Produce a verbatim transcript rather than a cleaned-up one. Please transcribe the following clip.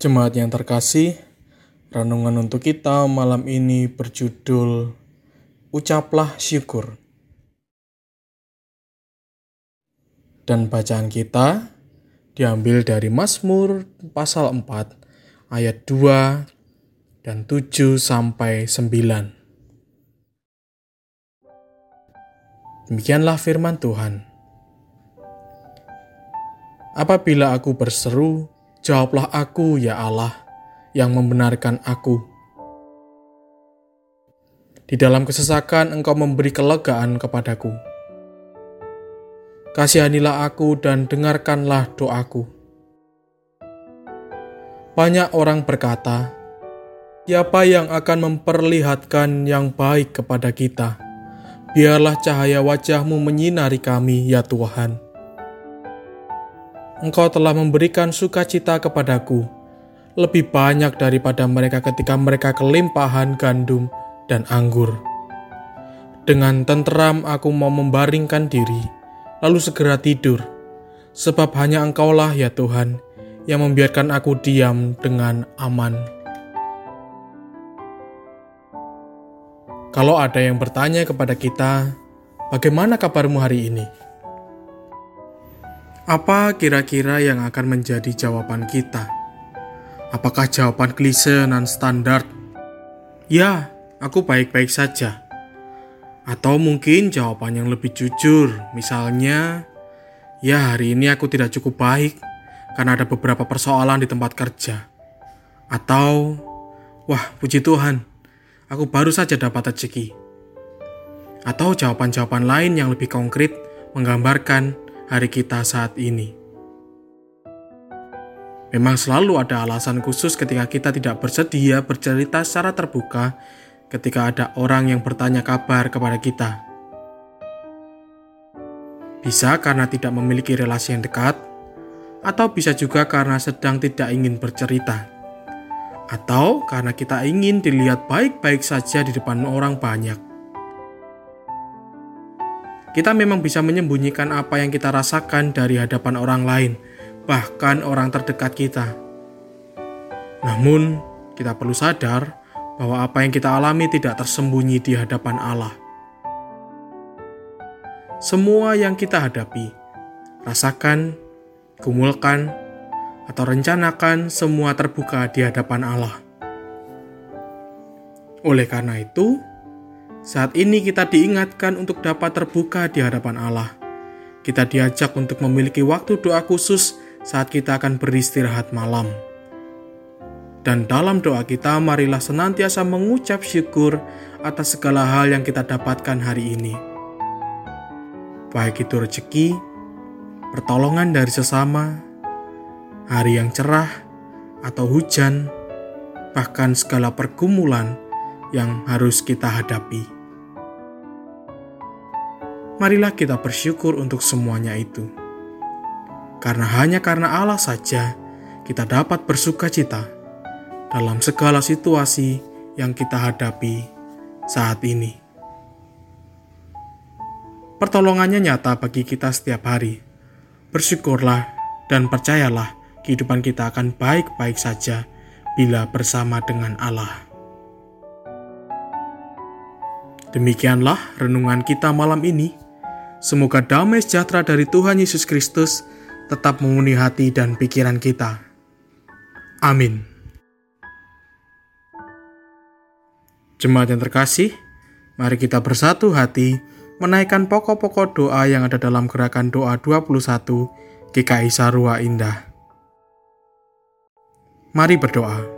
Jemaat yang terkasih, renungan untuk kita malam ini berjudul Ucaplah Syukur. Dan bacaan kita diambil dari Mazmur pasal empat ayat dua dan tujuh sampai sembilan. Demikianlah firman Tuhan. Apabila aku berseru, jawablah aku, ya Allah, yang membenarkan aku. Di dalam kesesakan Engkau memberi kelegaan kepadaku. Kasihanilah aku dan dengarkanlah doaku. Banyak orang berkata, siapa yang akan memperlihatkan yang baik kepada kita? Biarlah cahaya wajah-Mu menyinari kami, ya Tuhan. Engkau telah memberikan sukacita kepadaku, lebih banyak daripada mereka ketika mereka kelimpahan gandum dan anggur. Dengan tenteram aku mau membaringkan diri, lalu segera tidur, sebab hanya Engkaulah ya Tuhan, yang membiarkan aku diam dengan aman. Kalau ada yang bertanya kepada kita, bagaimana kabarmu hari ini? Apa kira-kira yang akan menjadi jawaban kita? Apakah jawaban klise dan standar? Ya, aku baik-baik saja. Atau mungkin jawaban yang lebih jujur, misalnya, ya hari ini aku tidak cukup baik karena ada beberapa persoalan di tempat kerja. Atau, wah puji Tuhan, aku baru saja dapat rezeki. Atau jawaban-jawaban lain yang lebih konkret menggambarkan hari kita saat ini. Memang selalu ada alasan khusus ketika kita tidak bersedia bercerita secara terbuka ketika ada orang yang bertanya kabar kepada kita. Bisa karena tidak memiliki relasi yang dekat, atau bisa juga karena sedang tidak ingin bercerita, atau karena kita ingin dilihat baik-baik saja di depan orang banyak. Kita memang bisa menyembunyikan apa yang kita rasakan dari hadapan orang lain, bahkan orang terdekat kita. Namun, kita perlu sadar bahwa apa yang kita alami tidak tersembunyi di hadapan Allah. Semua yang kita hadapi, rasakan, gumulkan, atau rencanakan semua terbuka di hadapan Allah. Oleh karena itu, saat ini kita diingatkan untuk dapat terbuka di hadapan Allah. Kita diajak untuk memiliki waktu doa khusus saat kita akan beristirahat malam. Dan dalam doa kita, marilah senantiasa mengucap syukur atas segala hal yang kita dapatkan hari ini. Baik itu rezeki, pertolongan dari sesama, hari yang cerah, atau hujan, bahkan segala pergumulan yang harus kita hadapi. Marilah kita bersyukur untuk semuanya itu. Karena hanya karena Allah saja kita dapat bersukacita dalam segala situasi yang kita hadapi saat ini. Pertolongannya nyata bagi kita setiap hari. Bersyukurlah dan percayalah kehidupan kita akan baik-baik saja bila bersama dengan Allah. Demikianlah renungan kita malam ini. Semoga damai sejahtera dari Tuhan Yesus Kristus tetap memenuhi hati dan pikiran kita. Amin. Jemaat yang terkasih, mari kita bersatu hati menaikkan pokok-pokok doa yang ada dalam gerakan doa dua puluh satu G K I Sarua Indah. Mari berdoa.